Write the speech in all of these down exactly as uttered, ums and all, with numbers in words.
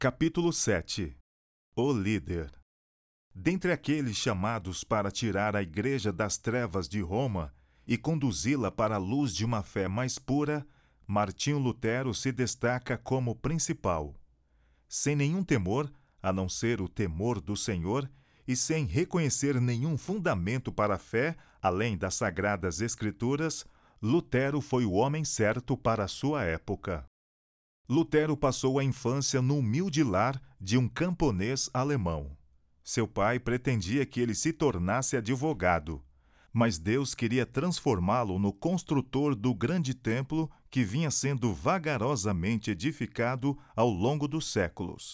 Capítulo sete. O líder. Dentre aqueles chamados para tirar a Igreja das trevas de Roma e conduzi-la para a luz de uma fé mais pura, Martinho Lutero se destaca como principal. Sem nenhum temor, a não ser o temor do Senhor, e sem reconhecer nenhum fundamento para a fé, além das Sagradas Escrituras, Lutero foi o homem certo para a sua época. Lutero passou a infância no humilde lar de um camponês alemão. Seu pai pretendia que ele se tornasse advogado, mas Deus queria transformá-lo no construtor do grande templo que vinha sendo vagarosamente edificado ao longo dos séculos.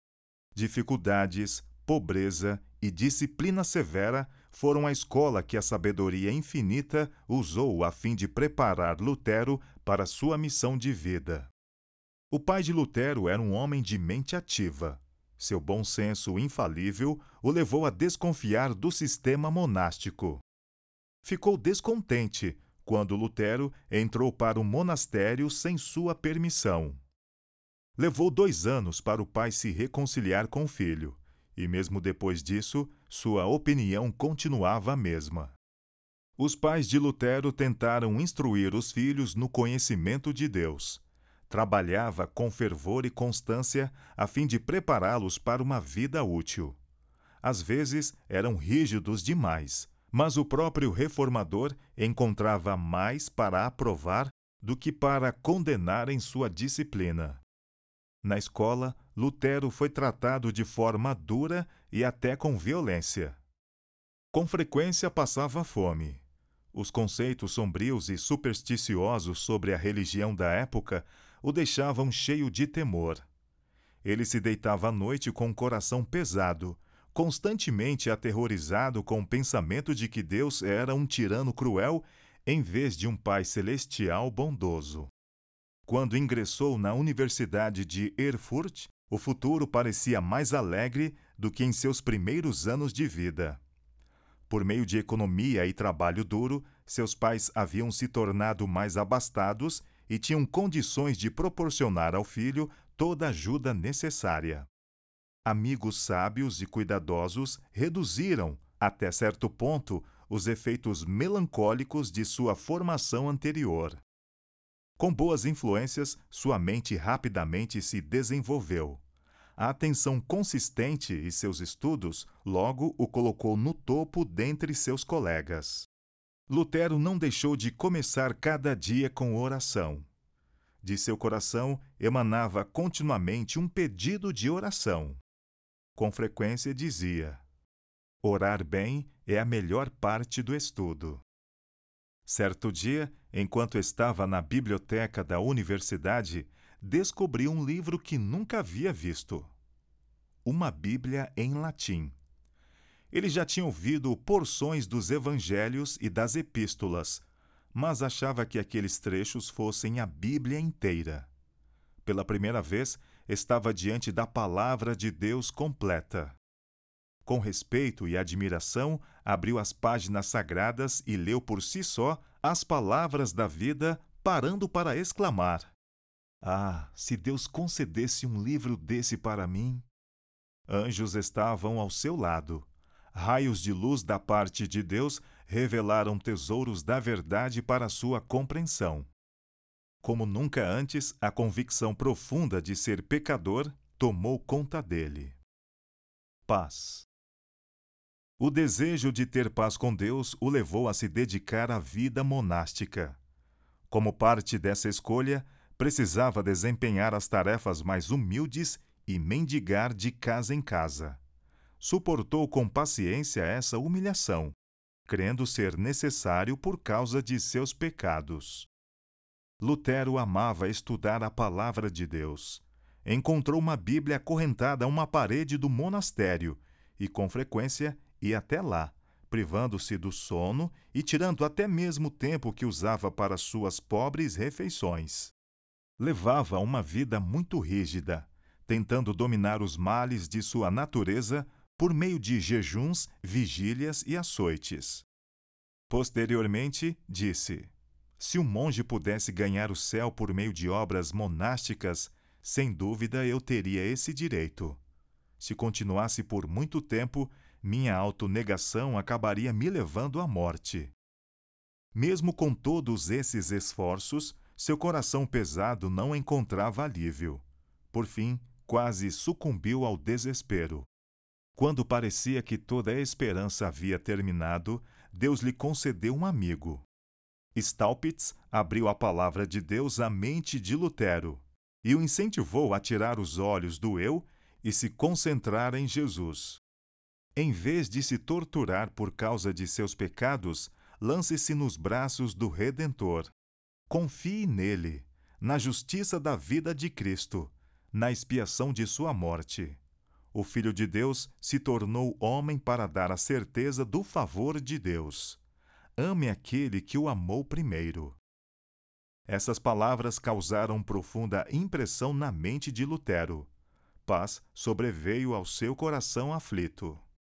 Dificuldades, pobreza e disciplina severa foram a escola que a sabedoria infinita usou a fim de preparar Lutero para sua missão de vida. O pai de Lutero era um homem de mente ativa. Seu bom senso infalível o levou a desconfiar do sistema monástico. Ficou descontente quando Lutero entrou para o monastério sem sua permissão. Levou dois anos para o pai se reconciliar com o filho, e mesmo depois disso, sua opinião continuava a mesma. Os pais de Lutero tentaram instruir os filhos no conhecimento de Deus. Trabalhava com fervor e constância a fim de prepará-los para uma vida útil. Às vezes eram rígidos demais, mas o próprio reformador encontrava mais para aprovar do que para condenar em sua disciplina. Na escola, Lutero foi tratado de forma dura e até com violência. Com frequência passava fome. Os conceitos sombrios e supersticiosos sobre a religião da época o deixavam cheio de temor. Ele se deitava à noite com o coração pesado, constantemente aterrorizado com o pensamento de que Deus era um tirano cruel em vez de um Pai celestial bondoso. Quando ingressou na Universidade de Erfurt, o futuro parecia mais alegre do que em seus primeiros anos de vida. Por meio de economia e trabalho duro, seus pais haviam se tornado mais abastados e tinham condições de proporcionar ao filho toda a ajuda necessária. Amigos sábios e cuidadosos reduziram, até certo ponto, os efeitos melancólicos de sua formação anterior. Com boas influências, sua mente rapidamente se desenvolveu. A atenção consistente e seus estudos logo o colocou no topo dentre seus colegas. Lutero não deixou de começar cada dia com oração. De seu coração emanava continuamente um pedido de oração. Com frequência dizia: orar bem é a melhor parte do estudo. Certo dia, enquanto estava na biblioteca da universidade, descobri um livro que nunca havia visto. Uma Bíblia em latim. Ele já tinha ouvido porções dos evangelhos e das epístolas, mas achava que aqueles trechos fossem a Bíblia inteira. Pela primeira vez, estava diante da palavra de Deus completa. Com respeito e admiração, abriu as páginas sagradas e leu por si só as palavras da vida, parando para exclamar: ah, se Deus concedesse um livro desse para mim! Anjos estavam ao seu lado. Raios de luz da parte de Deus revelaram tesouros da verdade para sua compreensão. Como nunca antes, a convicção profunda de ser pecador tomou conta dele. Paz. O desejo de ter paz com Deus o levou a se dedicar à vida monástica. Como parte dessa escolha, precisava desempenhar as tarefas mais humildes e mendigar de casa em casa. Suportou com paciência essa humilhação, crendo ser necessário por causa de seus pecados. Lutero amava estudar a palavra de Deus. Encontrou uma Bíblia acorrentada a uma parede do monastério e, com frequência, ia até lá, privando-se do sono e tirando até mesmo o tempo que usava para suas pobres refeições. Levava uma vida muito rígida, tentando dominar os males de sua natureza por meio de jejuns, vigílias e açoites. Posteriormente, disse: se um monge pudesse ganhar o céu por meio de obras monásticas, sem dúvida eu teria esse direito. Se continuasse por muito tempo, minha autonegação acabaria me levando à morte. Mesmo com todos esses esforços, seu coração pesado não encontrava alívio. Por fim, quase sucumbiu ao desespero. Quando parecia que toda a esperança havia terminado, Deus lhe concedeu um amigo. Staupitz abriu a palavra de Deus à mente de Lutero e o incentivou a tirar os olhos do eu e se concentrar em Jesus. Em vez de se torturar por causa de seus pecados, lance-se nos braços do Redentor. Confie nele, na justiça da vida de Cristo, na expiação de sua morte. O Filho de Deus se tornou homem para dar a certeza do favor de Deus. Ame aquele que o amou primeiro. Essas palavras causaram profunda impressão na mente de Lutero. Paz sobreveio ao seu coração aflito.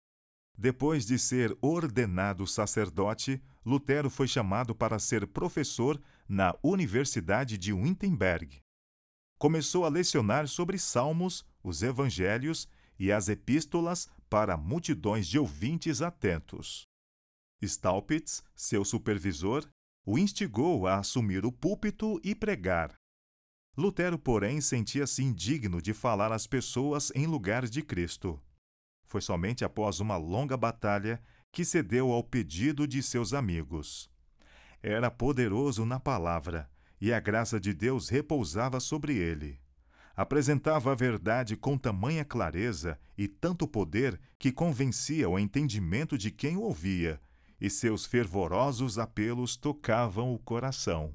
Depois de ser ordenado sacerdote, Lutero foi chamado para ser professor na Universidade de Wittenberg. Começou a lecionar sobre Salmos, os Evangelhos e as Epístolas para multidões de ouvintes atentos. Staupitz, seu supervisor, o instigou a assumir o púlpito e pregar. Lutero, porém, sentia-se indigno de falar às pessoas em lugar de Cristo. Foi somente após uma longa batalha que cedeu ao pedido de seus amigos. Era poderoso na palavra, e a graça de Deus repousava sobre ele. Apresentava a verdade com tamanha clareza e tanto poder que convencia o entendimento de quem o ouvia, e seus fervorosos apelos tocavam o coração.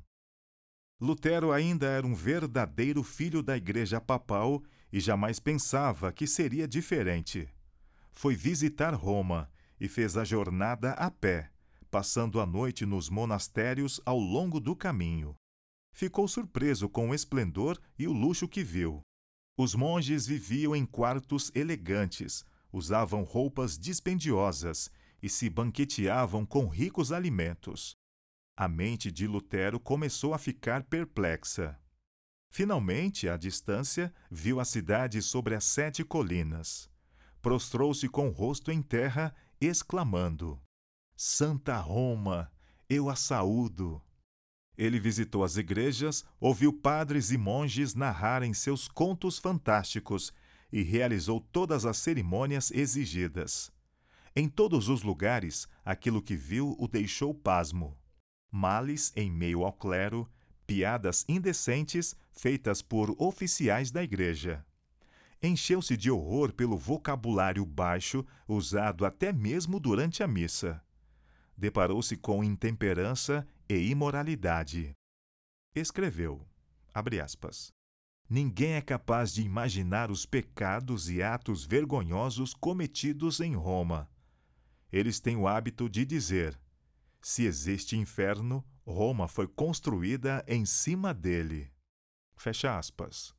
Lutero ainda era um verdadeiro filho da Igreja Papal e jamais pensava que seria diferente. Foi visitar Roma e fez a jornada a pé, passando a noite nos monastérios ao longo do caminho. Ficou surpreso com o esplendor e o luxo que viu. Os monges viviam em quartos elegantes, usavam roupas dispendiosas e se banqueteavam com ricos alimentos. A mente de Lutero começou a ficar perplexa. Finalmente, à distância, viu a cidade sobre as sete colinas. Prostrou-se com o rosto em terra, exclamando: Santa Roma, eu a saúdo. Ele visitou as igrejas, ouviu padres e monges narrarem seus contos fantásticos e realizou todas as cerimônias exigidas. Em todos os lugares, aquilo que viu o deixou pasmo. Males em meio ao clero, piadas indecentes feitas por oficiais da igreja. Encheu-se de horror pelo vocabulário baixo usado até mesmo durante a missa. Deparou-se com intemperança e imoralidade. Escreveu, abre aspas, ninguém é capaz de imaginar os pecados e atos vergonhosos cometidos em Roma. Eles têm o hábito de dizer: se existe inferno, Roma foi construída em cima dele. Fecha aspas.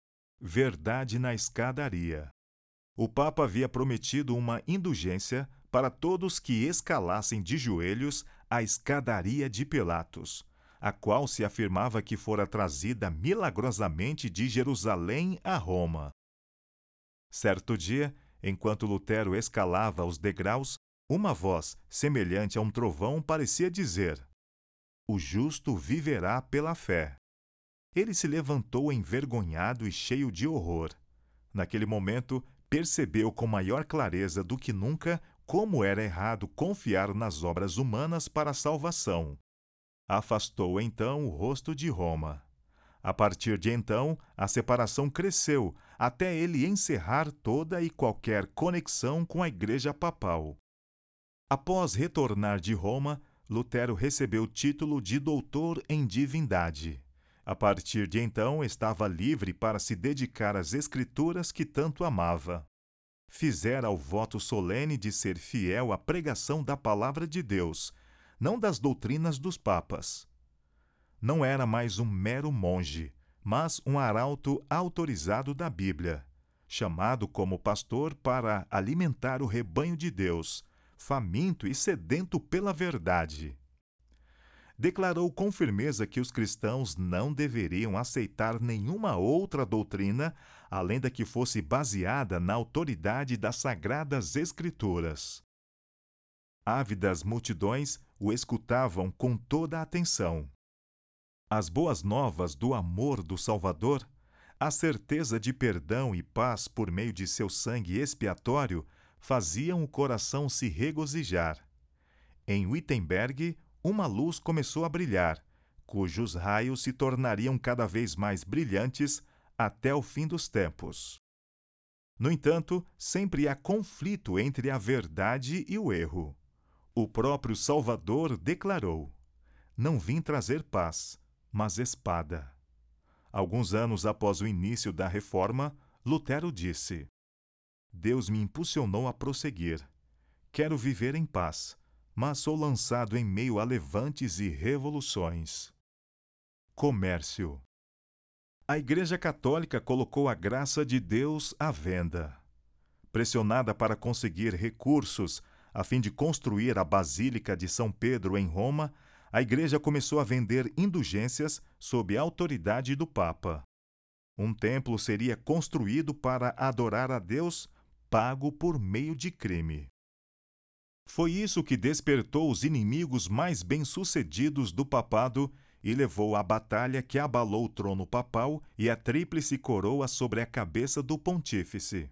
Verdade na escadaria. O Papa havia prometido uma indulgência para todos que escalassem de joelhos a escadaria de Pilatos, a qual se afirmava que fora trazida milagrosamente de Jerusalém a Roma. Certo dia, enquanto Lutero escalava os degraus, uma voz, semelhante a um trovão, parecia dizer: o justo viverá pela fé. Ele se levantou envergonhado e cheio de horror. Naquele momento, percebeu com maior clareza do que nunca como era errado confiar nas obras humanas para a salvação. Afastou então o rosto de Roma. A partir de então, a separação cresceu até ele encerrar toda e qualquer conexão com a Igreja Papal. Após retornar de Roma, Lutero recebeu o título de doutor em divindade. A partir de então, estava livre para se dedicar às escrituras que tanto amava. Fizera o voto solene de ser fiel à pregação da palavra de Deus, não das doutrinas dos papas. Não era mais um mero monge, mas um arauto autorizado da Bíblia, chamado como pastor para alimentar o rebanho de Deus, faminto e sedento pela verdade. declarou com firmeza que os cristãos não deveriam aceitar nenhuma outra doutrina além da que fosse baseada na autoridade das Sagradas Escrituras. Ávidas multidões o escutavam com toda a atenção. As boas novas do amor do Salvador, a certeza de perdão e paz por meio de seu sangue expiatório, faziam o coração se regozijar. Em Wittenberg, uma luz começou a brilhar, cujos raios se tornariam cada vez mais brilhantes até o fim dos tempos. No entanto, sempre há conflito entre a verdade e o erro. O próprio Salvador declarou: "Não vim trazer paz, mas espada." Alguns anos após o início da Reforma, Lutero disse: "Deus me impulsionou a prosseguir. Quero viver em paz, mas sou lançado em meio a levantes e revoluções." Comércio. A Igreja Católica colocou a graça de Deus à venda. Pressionada para conseguir recursos a fim de construir a Basílica de São Pedro em Roma, a Igreja começou a vender indulgências sob a autoridade do Papa. Um templo seria construído para adorar a Deus, pago por meio de crime. Foi isso que despertou os inimigos mais bem-sucedidos do papado e levou à batalha que abalou o trono papal e a tríplice coroa sobre a cabeça do pontífice.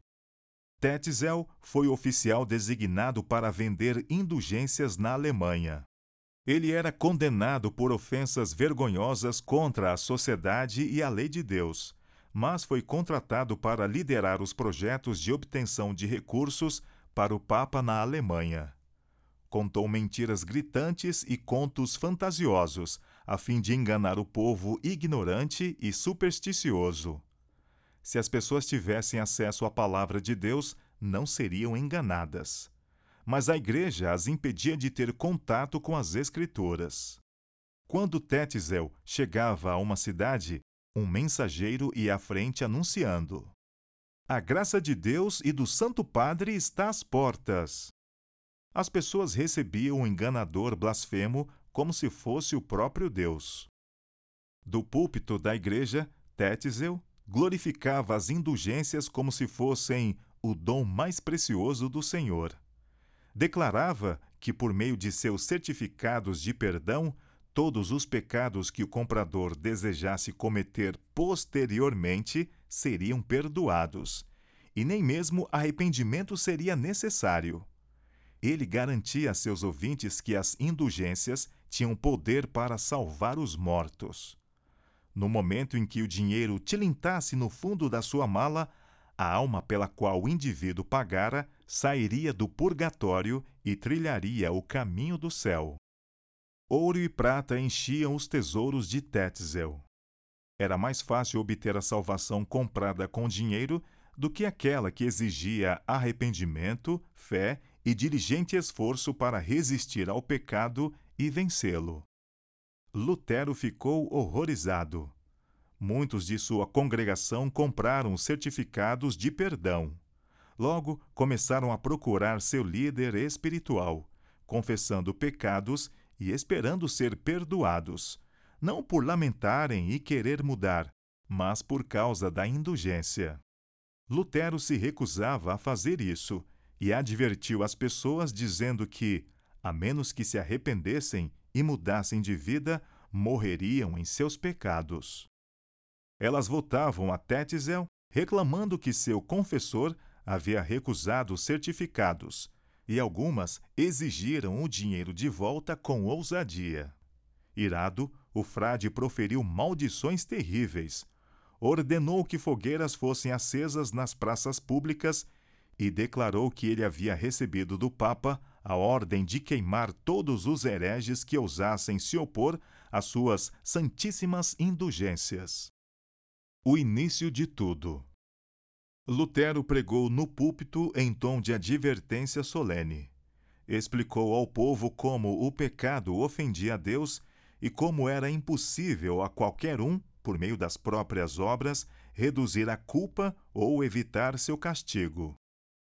Tetzel foi o oficial designado para vender indulgências na Alemanha. Ele era condenado por ofensas vergonhosas contra a sociedade e a lei de Deus, mas foi contratado para liderar os projetos de obtenção de recursos para o Papa na Alemanha. Contou mentiras gritantes e contos fantasiosos, a fim de enganar o povo ignorante e supersticioso. Se as pessoas tivessem acesso à palavra de Deus, não seriam enganadas. Mas a Igreja as impedia de ter contato com as Escrituras. Quando Tetzel chegava a uma cidade, um mensageiro ia à frente anunciando: "A graça de Deus e do Santo Padre está às portas." As pessoas recebiam o enganador blasfemo como se fosse o próprio Deus. Do púlpito da igreja, Tetzel glorificava as indulgências como se fossem o dom mais precioso do Senhor. Declarava que, por meio de seus certificados de perdão, todos os pecados que o comprador desejasse cometer posteriormente seriam perdoados, e nem mesmo arrependimento seria necessário. Ele garantia a seus ouvintes que as indulgências tinham poder para salvar os mortos. No momento em que o dinheiro tilintasse no fundo da sua mala, a alma pela qual o indivíduo pagara sairia do purgatório e trilharia o caminho do céu. Ouro e prata enchiam os tesouros de Tetzel. Era mais fácil obter a salvação comprada com dinheiro do que aquela que exigia arrependimento, fé e diligente esforço para resistir ao pecado e vencê-lo. Lutero ficou horrorizado. Muitos de sua congregação compraram certificados de perdão. Logo, começaram a procurar seu líder espiritual, confessando pecados e esperando ser perdoados, não por lamentarem e querer mudar, mas por causa da indulgência. Lutero se recusava a fazer isso e advertiu as pessoas dizendo que, a menos que se arrependessem e mudassem de vida, morreriam em seus pecados. Elas voltavam a Tetzel reclamando que seu confessor havia recusado os certificados, e algumas exigiram o dinheiro de volta com ousadia. Irado, o frade proferiu maldições terríveis, ordenou que fogueiras fossem acesas nas praças públicas e declarou que ele havia recebido do Papa a ordem de queimar todos os hereges que ousassem se opor às suas santíssimas indulgências. O início de tudo. Lutero pregou no púlpito em tom de advertência solene. Explicou ao povo como o pecado ofendia a Deus e como era impossível a qualquer um, por meio das próprias obras, reduzir a culpa ou evitar seu castigo.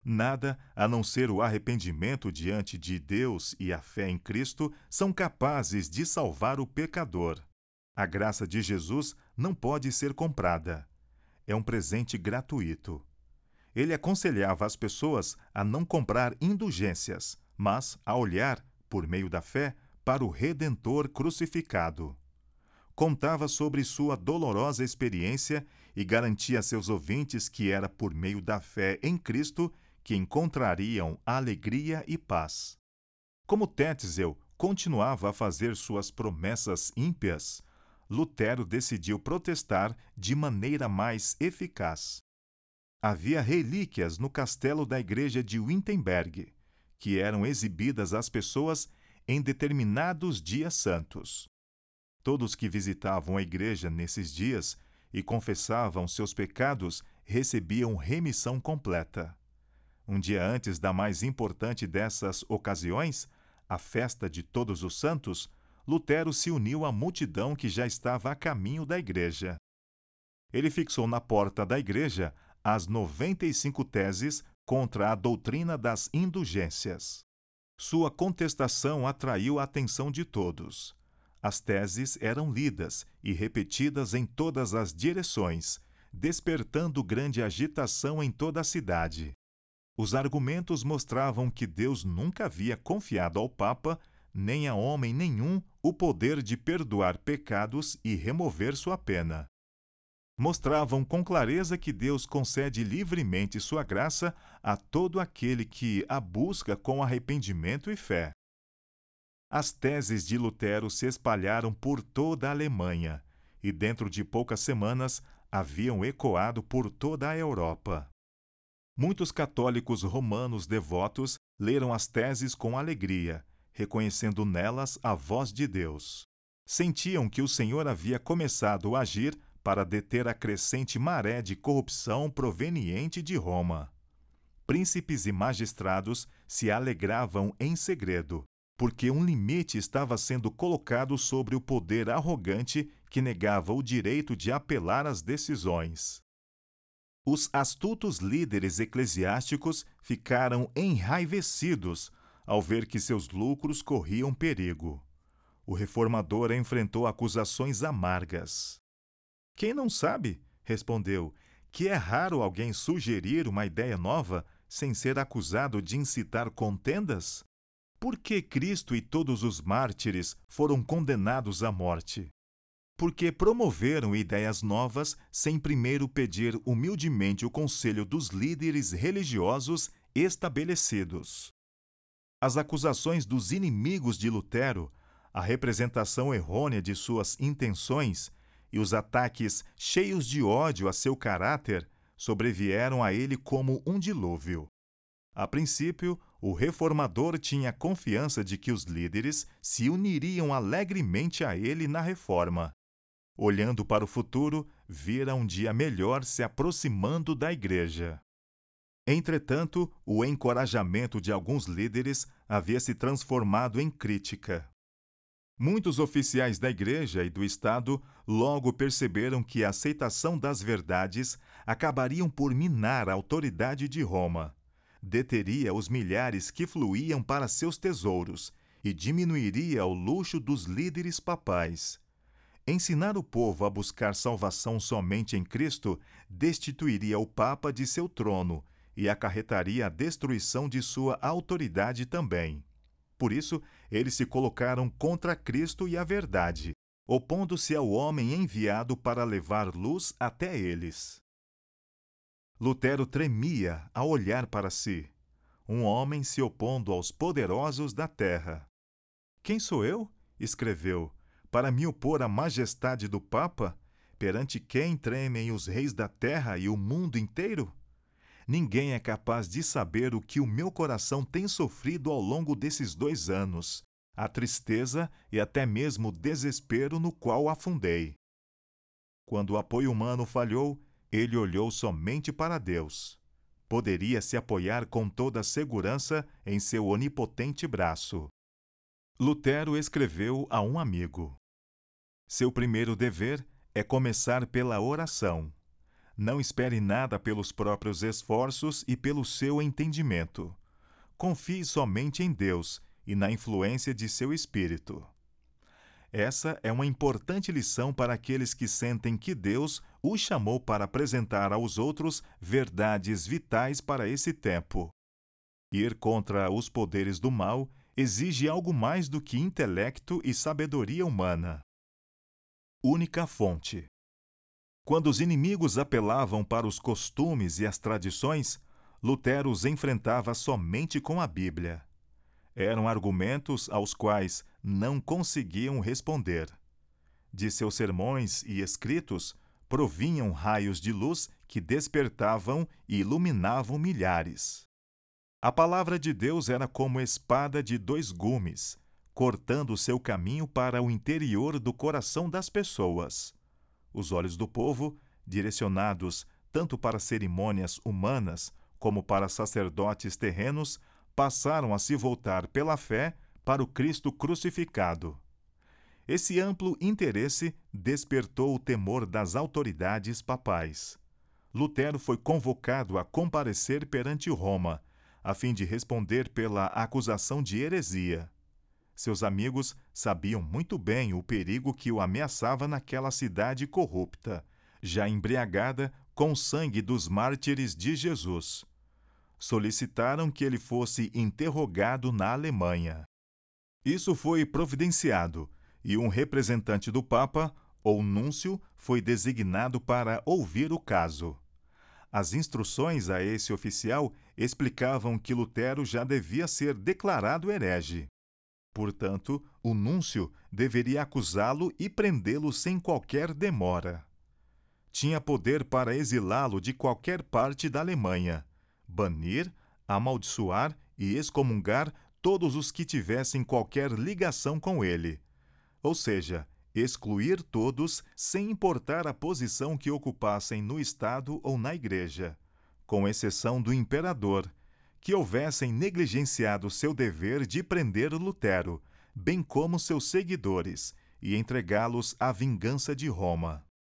Nada, a não ser o arrependimento diante de Deus e a fé em Cristo, são capazes de salvar o pecador. A graça de Jesus não pode ser comprada. É um presente gratuito. Ele aconselhava as pessoas a não comprar indulgências, mas a olhar, por meio da fé, para o Redentor crucificado. Contava sobre sua dolorosa experiência e garantia a seus ouvintes que era por meio da fé em Cristo que encontrariam alegria e paz. Como Tetzel continuava a fazer suas promessas ímpias, Lutero decidiu protestar de maneira mais eficaz. Havia relíquias no castelo da igreja de Wittenberg, que eram exibidas às pessoas em determinados dias santos. Todos que visitavam a igreja nesses dias e confessavam seus pecados recebiam remissão completa. Um dia antes da mais importante dessas ocasiões, a festa de Todos os Santos, Lutero se uniu à multidão que já estava a caminho da igreja. Ele fixou na porta da igreja as noventa e cinco teses contra a doutrina das indulgências. Sua contestação atraiu a atenção de todos. As teses eram lidas e repetidas em todas as direções, despertando grande agitação em toda a cidade. Os argumentos mostravam que Deus nunca havia confiado ao Papa, nem a homem nenhum, o poder de perdoar pecados e remover sua pena. Mostravam com clareza que Deus concede livremente sua graça a todo aquele que a busca com arrependimento e fé. As teses de Lutero se espalharam por toda a Alemanha e, dentro de poucas semanas, haviam ecoado por toda a Europa. Muitos católicos romanos devotos leram as teses com alegria, reconhecendo nelas a voz de Deus. Sentiam que o Senhor havia começado a agir para deter a crescente maré de corrupção proveniente de Roma. Príncipes e magistrados se alegravam em segredo, porque um limite estava sendo colocado sobre o poder arrogante que negava o direito de apelar às decisões. Os astutos líderes eclesiásticos ficaram enraivecidos ao ver que seus lucros corriam perigo. O reformador enfrentou acusações amargas. Quem não sabe, respondeu, que é raro alguém sugerir uma ideia nova sem ser acusado de incitar contendas? Por que Cristo e todos os mártires foram condenados à morte? Porque promoveram ideias novas sem primeiro pedir humildemente o conselho dos líderes religiosos estabelecidos. As acusações dos inimigos de Lutero, a representação errônea de suas intenções e os ataques cheios de ódio a seu caráter sobrevieram a ele como um dilúvio. A princípio, o reformador tinha confiança de que os líderes se uniriam alegremente a ele na reforma. Olhando para o futuro, vira um dia melhor se aproximando da igreja. Entretanto, o encorajamento de alguns líderes havia se transformado em crítica. Muitos oficiais da igreja e do Estado logo perceberam que a aceitação das verdades acabariam por minar a autoridade de Roma, deteria os milhares que fluíam para seus tesouros e diminuiria o luxo dos líderes papais. Ensinar o povo a buscar salvação somente em Cristo destituiria o Papa de seu trono e acarretaria a destruição de sua autoridade também. Por isso, eles se colocaram contra Cristo e a verdade, opondo-se ao homem enviado para levar luz até eles. Lutero tremia ao olhar para si, um homem se opondo aos poderosos da terra. Quem sou eu? Escreveu. Para me opor à majestade do Papa, perante quem tremem os reis da terra e o mundo inteiro? Ninguém é capaz de saber o que o meu coração tem sofrido ao longo desses dois anos, a tristeza e até mesmo o desespero no qual afundei. Quando o apoio humano falhou, ele olhou somente para Deus. Poderia se apoiar com toda a segurança em seu onipotente braço. Lutero escreveu a um amigo: seu primeiro dever é começar pela oração. Não espere nada pelos próprios esforços e pelo seu entendimento. Confie somente em Deus e na influência de seu Espírito. Essa é uma importante lição para aqueles que sentem que Deus os chamou para apresentar aos outros verdades vitais para esse tempo. Ir contra os poderes do mal exige algo mais do que intelecto e sabedoria humana. Única fonte. Quando os inimigos apelavam para os costumes e as tradições, Lutero os enfrentava somente com a Bíblia. Eram argumentos aos quais não conseguiam responder. De seus sermões e escritos provinham raios de luz que despertavam e iluminavam milhares. A palavra de Deus era como espada de dois gumes, cortando seu caminho para o interior do coração das pessoas. Os olhos do povo, direcionados tanto para cerimônias humanas como para sacerdotes terrenos, passaram a se voltar pela fé para o Cristo crucificado. Esse amplo interesse despertou o temor das autoridades papais. Lutero foi convocado a comparecer perante Roma, a fim de responder pela acusação de heresia. Seus amigos sabiam muito bem o perigo que o ameaçava naquela cidade corrupta, já embriagada com o sangue dos mártires de Jesus. Solicitaram que ele fosse interrogado na Alemanha. Isso foi providenciado, e um representante do Papa, ou núncio, foi designado para ouvir o caso. As instruções a esse oficial explicavam que Lutero já devia ser declarado herege. Portanto, o núncio deveria acusá-lo e prendê-lo sem qualquer demora. Tinha poder para exilá-lo de qualquer parte da Alemanha, banir, amaldiçoar e excomungar todos os que tivessem qualquer ligação com ele. Ou seja, excluir todos sem importar a posição que ocupassem no Estado ou na Igreja, com exceção do imperador, que houvessem negligenciado seu dever de prender Lutero, bem como seus seguidores, e entregá-los à vingança de Roma.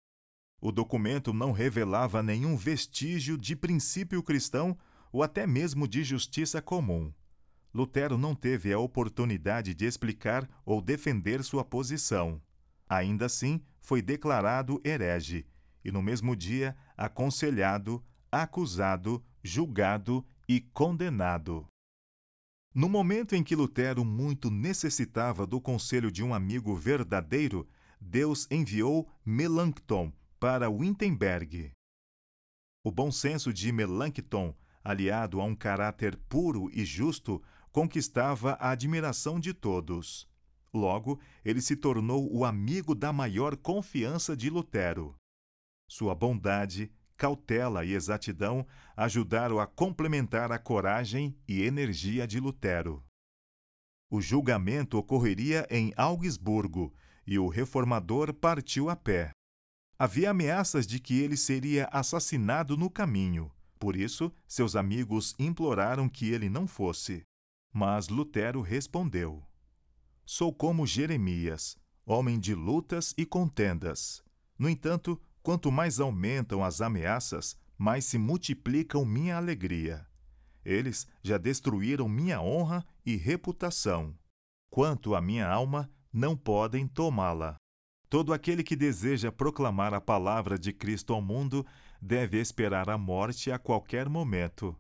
O documento não revelava nenhum vestígio de princípio cristão ou até mesmo de justiça comum. Lutero não teve a oportunidade de explicar ou defender sua posição. Ainda assim, foi declarado herege e, no mesmo dia, aconselhado, acusado, julgado e condenado. No momento em que Lutero muito necessitava do conselho de um amigo verdadeiro, Deus enviou Melanchthon para Wittenberg. O bom senso de Melanchthon, aliado a um caráter puro e justo, conquistava a admiração de todos. Logo, ele se tornou o amigo da maior confiança de Lutero. Sua bondade, cautela e exatidão ajudaram a complementar a coragem e energia de Lutero. O julgamento ocorreria em Augsburgo e o reformador partiu a pé. Havia ameaças de que ele seria assassinado no caminho, por isso seus amigos imploraram que ele não fosse. Mas Lutero respondeu: Sou como Jeremias, homem de lutas e contendas. No entanto, quanto mais aumentam as ameaças, mais se multiplicam minha alegria. Eles já destruíram minha honra e reputação. Quanto à minha alma, não podem tomá-la. Todo aquele que deseja proclamar a palavra de Cristo ao mundo deve esperar a morte a qualquer momento.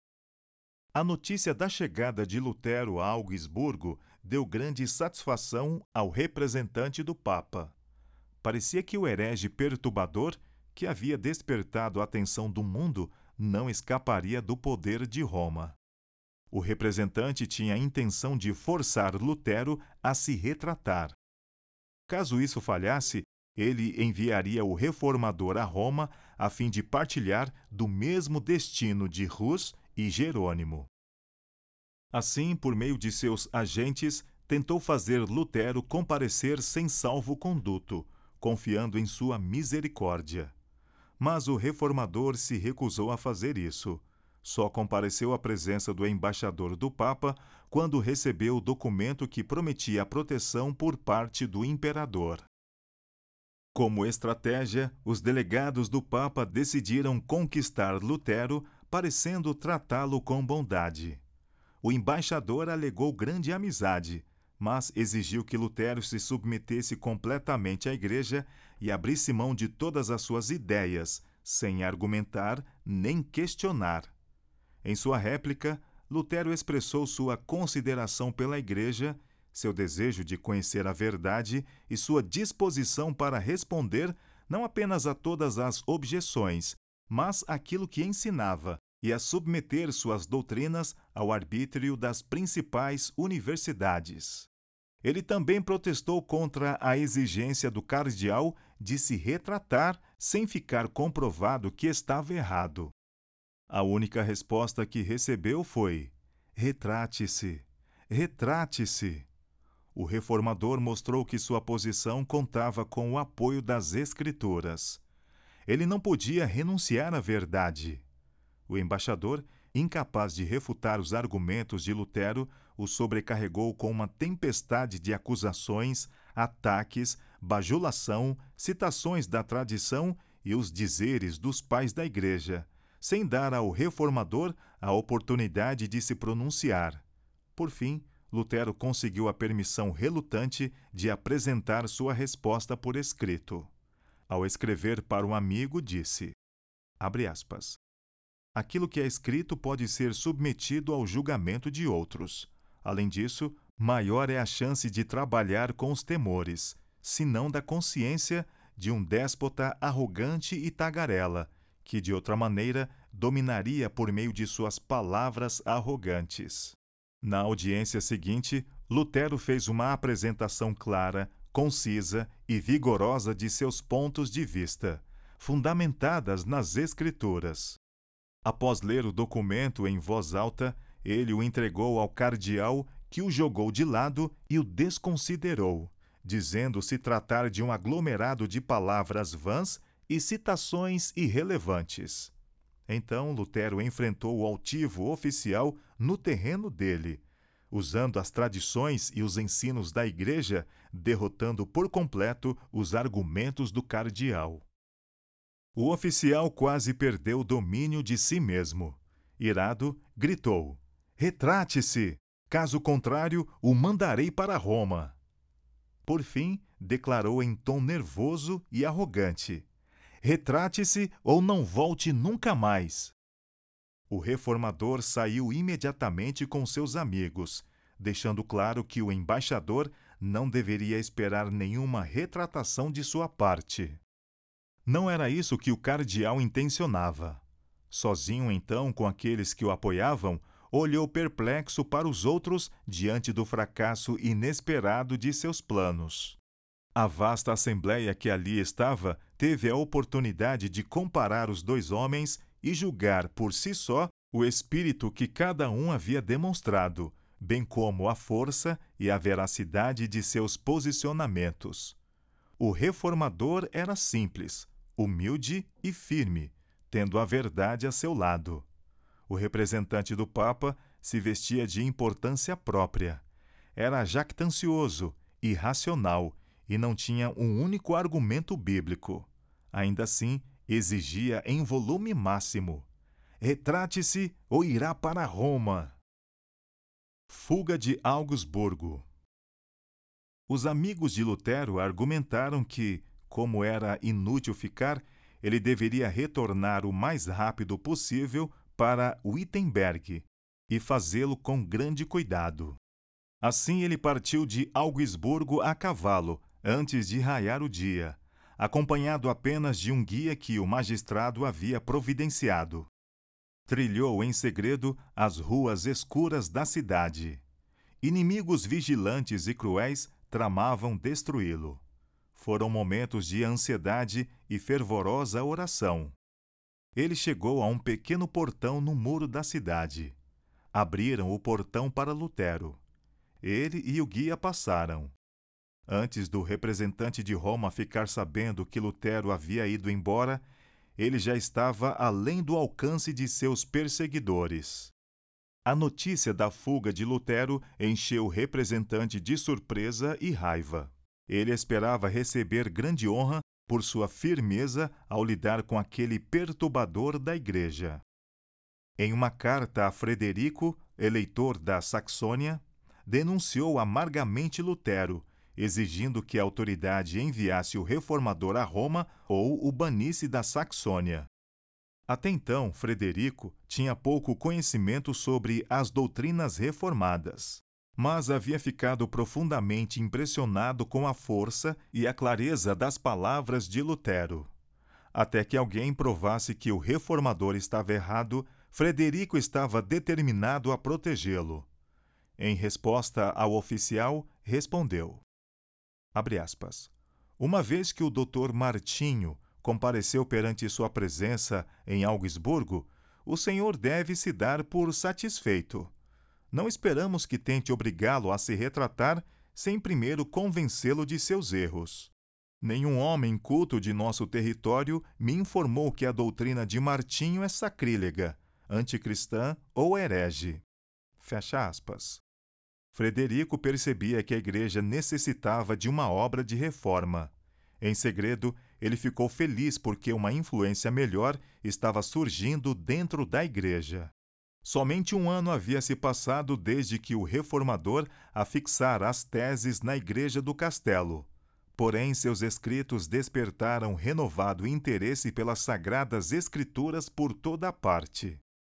A notícia da chegada de Lutero a Augsburgo deu grande satisfação ao representante do Papa. Parecia que o herege perturbador, que havia despertado a atenção do mundo, não escaparia do poder de Roma. O representante tinha a intenção de forçar Lutero a se retratar. Caso isso falhasse, ele enviaria o reformador a Roma a fim de partilhar do mesmo destino de Hus e Jerônimo. Assim, por meio de seus agentes, tentou fazer Lutero comparecer sem salvo-conduto, confiando em sua misericórdia. Mas o reformador se recusou a fazer isso. Só compareceu à presença do embaixador do Papa quando recebeu o documento que prometia a proteção por parte do imperador. Como estratégia, os delegados do Papa decidiram conquistar Lutero, parecendo tratá-lo com bondade. O embaixador alegou grande amizade, mas exigiu que Lutero se submetesse completamente à Igreja e abrisse mão de todas as suas ideias, sem argumentar nem questionar. Em sua réplica, Lutero expressou sua consideração pela Igreja, seu desejo de conhecer a verdade e sua disposição para responder não apenas a todas as objeções, mas aquilo que ensinava, e a submeter suas doutrinas ao arbítrio das principais universidades. Ele também protestou contra a exigência do cardeal de se retratar sem ficar comprovado que estava errado. A única resposta que recebeu foi: retrate-se, retrate-se. O reformador mostrou que sua posição contava com o apoio das Escrituras. Ele não podia renunciar à verdade. O embaixador, incapaz de refutar os argumentos de Lutero, o sobrecarregou com uma tempestade de acusações, ataques, bajulação, citações da tradição e os dizeres dos pais da Igreja, sem dar ao reformador a oportunidade de se pronunciar. Por fim, Lutero conseguiu a permissão relutante de apresentar sua resposta por escrito. Ao escrever para um amigo, disse, abre aspas, aquilo que é escrito pode ser submetido ao julgamento de outros. Além disso, maior é a chance de trabalhar com os temores, se não da consciência, de um déspota arrogante e tagarela, que de outra maneira dominaria por meio de suas palavras arrogantes. Na audiência seguinte, Lutero fez uma apresentação clara, concisa e vigorosa de seus pontos de vista, fundamentadas nas Escrituras. Após ler o documento em voz alta, ele o entregou ao cardeal, que o jogou de lado e o desconsiderou, dizendo se tratar de um aglomerado de palavras vãs e citações irrelevantes. Então Lutero enfrentou o altivo oficial no terreno dele, usando as tradições e os ensinos da Igreja, derrotando por completo os argumentos do cardeal. O oficial quase perdeu o domínio de si mesmo. Irado, gritou, retrate-se! Caso contrário, o mandarei para Roma. Por fim, declarou em tom nervoso e arrogante, retrate-se ou não volte nunca mais. O reformador saiu imediatamente com seus amigos, deixando claro que o embaixador não deveria esperar nenhuma retratação de sua parte. Não era isso que o cardeal intencionava. Sozinho, então, com aqueles que o apoiavam, olhou perplexo para os outros diante do fracasso inesperado de seus planos. A vasta assembleia que ali estava teve a oportunidade de comparar os dois homens e julgar por si só o espírito que cada um havia demonstrado, bem como a força e a veracidade de seus posicionamentos. O reformador era simples, humilde e firme, tendo a verdade a seu lado. O representante do Papa se vestia de importância própria. Era jactancioso, irracional e não tinha um único argumento bíblico. Ainda assim, exigia em volume máximo: retrate-se ou irá para Roma. Fuga de Augsburgo. Os amigos de Lutero argumentaram que, como era inútil ficar, ele deveria retornar o mais rápido possível para Wittenberg e fazê-lo com grande cuidado. Assim ele partiu de Augsburgo a cavalo, antes de raiar o dia, acompanhado apenas de um guia que o magistrado havia providenciado. Trilhou em segredo as ruas escuras da cidade. Inimigos vigilantes e cruéis tramavam destruí-lo. Foram momentos de ansiedade e fervorosa oração. Ele chegou a um pequeno portão no muro da cidade. Abriram o portão para Lutero. Ele e o guia passaram. Antes do representante de Roma ficar sabendo que Lutero havia ido embora, ele já estava além do alcance de seus perseguidores. A notícia da fuga de Lutero encheu o representante de surpresa e raiva. Ele esperava receber grande honra por sua firmeza ao lidar com aquele perturbador da Igreja. Em uma carta a Frederico, eleitor da Saxônia, denunciou amargamente Lutero, exigindo que a autoridade enviasse o reformador a Roma ou o banisse da Saxônia. Até então, Frederico tinha pouco conhecimento sobre as doutrinas reformadas, mas havia ficado profundamente impressionado com a força e a clareza das palavras de Lutero. Até que alguém provasse que o reformador estava errado, Frederico estava determinado a protegê-lo. Em resposta ao oficial, respondeu, abre aspas, uma vez que o doutor Martinho compareceu perante sua presença em Augsburgo, o senhor deve se dar por satisfeito. Não esperamos que tente obrigá-lo a se retratar sem primeiro convencê-lo de seus erros. Nenhum homem culto de nosso território me informou que a doutrina de Martinho é sacrílega, anticristã ou herege. Fecha aspas. Frederico percebia que a Igreja necessitava de uma obra de reforma. Em segredo, ele ficou feliz porque uma influência melhor estava surgindo dentro da Igreja. Somente um ano havia se passado desde que o reformador afixara as teses na Igreja do Castelo. Porém, seus escritos despertaram renovado interesse pelas Sagradas Escrituras por toda a parte.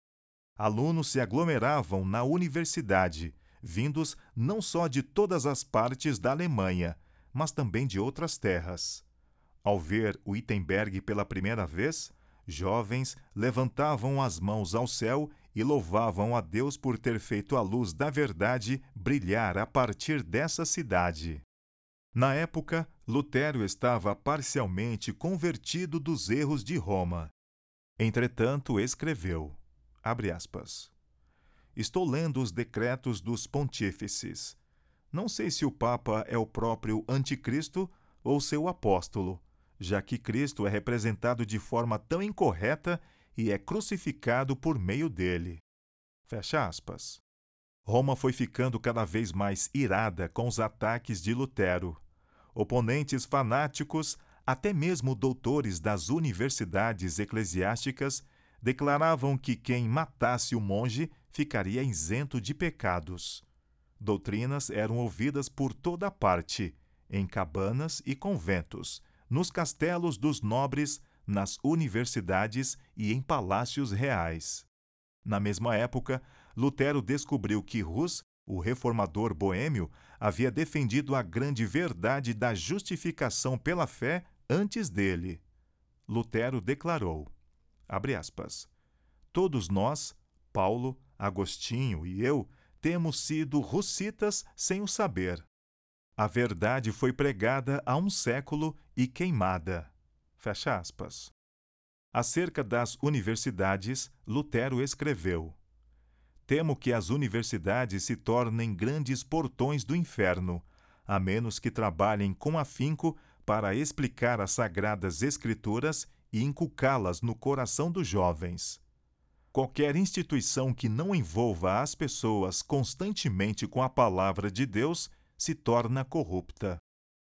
Alunos se aglomeravam na universidade, vindos não só de todas as partes da Alemanha, mas também de outras terras. Ao ver Wittenberg pela primeira vez, jovens levantavam as mãos ao céu e louvavam a Deus por ter feito a luz da verdade brilhar a partir dessa cidade. Na época, Lutero estava parcialmente convertido dos erros de Roma. Entretanto, escreveu, abre aspas, estou lendo os decretos dos pontífices. Não sei se o Papa é o próprio Anticristo ou seu apóstolo, já que Cristo é representado de forma tão incorreta e é crucificado por meio dele. Fecha aspas. Roma foi ficando cada vez mais irada com os ataques de Lutero. Oponentes fanáticos, até mesmo doutores das universidades eclesiásticas, declaravam que quem matasse o monge ficaria isento de pecados. Doutrinas eram ouvidas por toda parte, em cabanas e conventos, nos castelos dos nobres, nas universidades e em palácios reais. Na mesma época, Lutero descobriu que Hus, o reformador boêmio, havia defendido a grande verdade da justificação pela fé antes dele. Lutero declarou, abre aspas, todos nós, Paulo, Agostinho e eu, temos sido hussitas sem o saber. A verdade foi pregada há um século e queimada. Fecha aspas. Acerca das universidades, Lutero escreveu, temo que as universidades se tornem grandes portões do inferno, a menos que trabalhem com afinco para explicar as sagradas escrituras e inculcá-las no coração dos jovens. Qualquer instituição que não envolva as pessoas constantemente com a palavra de Deus se torna corrupta.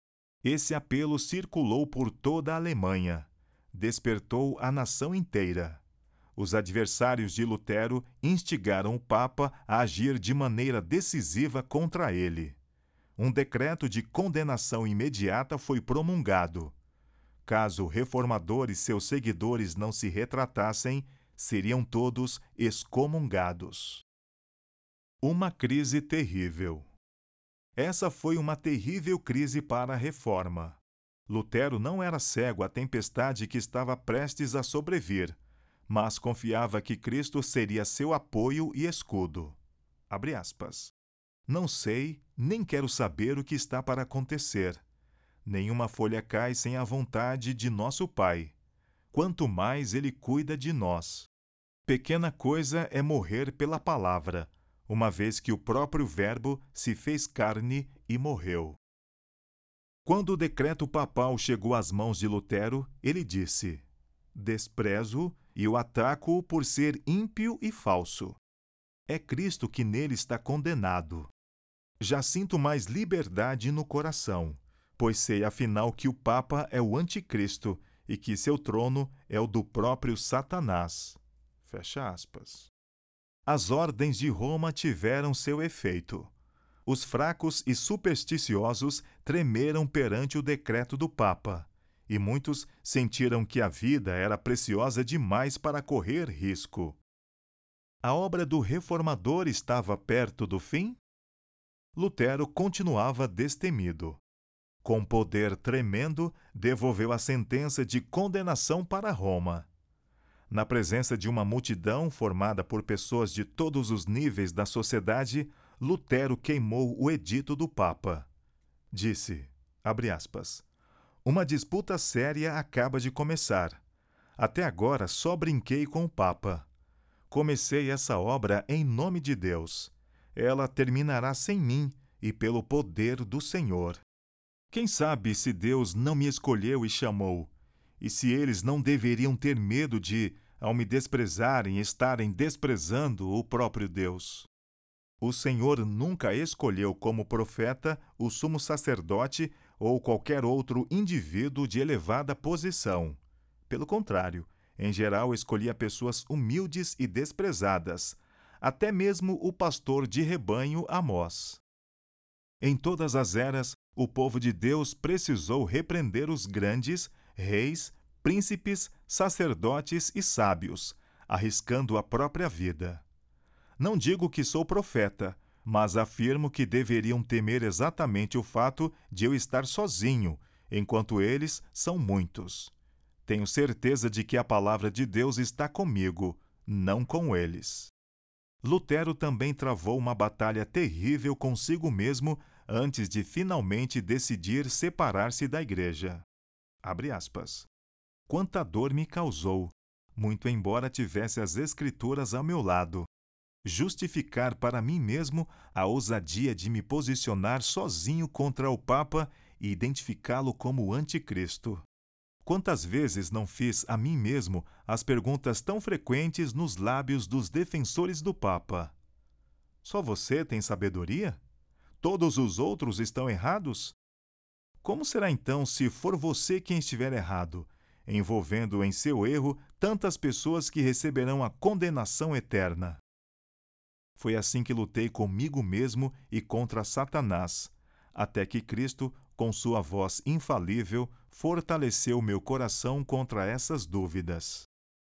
Esse apelo circulou por toda a Alemanha. Despertou a nação inteira. Os adversários de Lutero instigaram o Papa a agir de maneira decisiva contra ele. Um decreto de condenação imediata foi promulgado. Caso o reformador e seus seguidores não se retratassem, seriam todos excomungados. Uma crise terrível. Essa foi uma terrível crise para a Reforma. Lutero não era cego à tempestade que estava prestes a sobrevir, mas confiava que Cristo seria seu apoio e escudo. Abre aspas. Não sei, nem quero saber o que está para acontecer. Nenhuma folha cai sem a vontade de nosso Pai. Quanto mais Ele cuida de nós. Pequena coisa é morrer pela palavra, uma vez que o próprio Verbo se fez carne e morreu. Quando o decreto papal chegou às mãos de Lutero, ele disse, desprezo e o ataco por ser ímpio e falso. É Cristo que nele está condenado. Já sinto mais liberdade no coração, pois sei afinal que o Papa é o Anticristo e que seu trono é o do próprio Satanás. Fecha aspas. As ordens de Roma tiveram seu efeito. Os fracos e supersticiosos tremeram perante o decreto do Papa, e muitos sentiram que a vida era preciosa demais para correr risco. A obra do reformador estava perto do fim? Lutero continuava destemido. Com poder tremendo, devolveu a sentença de condenação para Roma. Na presença de uma multidão formada por pessoas de todos os níveis da sociedade, Lutero queimou o edito do Papa. Disse, abre aspas, uma disputa séria acaba de começar. Até agora só brinquei com o Papa. Comecei essa obra em nome de Deus. Ela terminará sem mim e pelo poder do Senhor. Quem sabe se Deus não me escolheu e chamou, e se eles não deveriam ter medo de, ao me desprezarem, estarem desprezando o próprio Deus. O Senhor nunca escolheu como profeta o sumo sacerdote ou qualquer outro indivíduo de elevada posição. Pelo contrário, em geral escolhia pessoas humildes e desprezadas, até mesmo o pastor de rebanho Amós. Em todas as eras, o povo de Deus precisou repreender os grandes, reis, príncipes, sacerdotes e sábios, arriscando a própria vida. Não digo que sou profeta, mas afirmo que deveriam temer exatamente o fato de eu estar sozinho, enquanto eles são muitos. Tenho certeza de que a palavra de Deus está comigo, não com eles. Lutero também travou uma batalha terrível consigo mesmo antes de finalmente decidir separar-se da igreja. Abre aspas. Quanta dor me causou, muito embora tivesse as Escrituras ao meu lado. Justificar para mim mesmo a ousadia de me posicionar sozinho contra o Papa e identificá-lo como o Anticristo. Quantas vezes não fiz a mim mesmo as perguntas tão frequentes nos lábios dos defensores do Papa? Só você tem sabedoria? Todos os outros estão errados? Como será então se for você quem estiver errado, envolvendo em seu erro tantas pessoas que receberão a condenação eterna? Foi assim que lutei comigo mesmo e contra Satanás, até que Cristo, com sua voz infalível, fortaleceu meu coração contra essas dúvidas.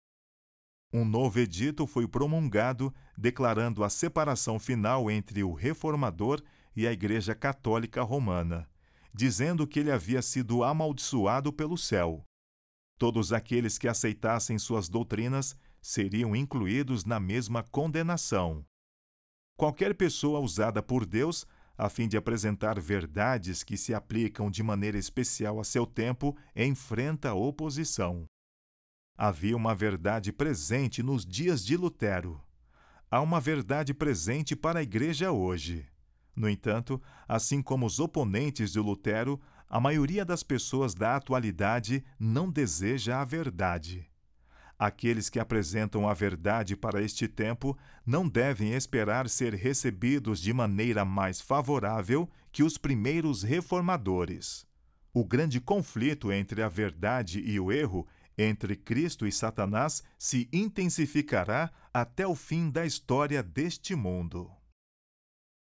Um novo edito foi promulgado, declarando a separação final entre o reformador e a Igreja Católica Romana, dizendo que ele havia sido amaldiçoado pelo céu. Todos aqueles que aceitassem suas doutrinas seriam incluídos na mesma condenação. Qualquer pessoa usada por Deus, a fim de apresentar verdades que se aplicam de maneira especial a seu tempo, enfrenta oposição. Havia uma verdade presente nos dias de Lutero. Há uma verdade presente para a Igreja hoje. No entanto, assim como os oponentes de Lutero, a maioria das pessoas da atualidade não deseja a verdade. Aqueles que apresentam a verdade para este tempo não devem esperar ser recebidos de maneira mais favorável que os primeiros reformadores. O grande conflito entre a verdade e o erro, entre Cristo e Satanás, se intensificará até o fim da história deste mundo.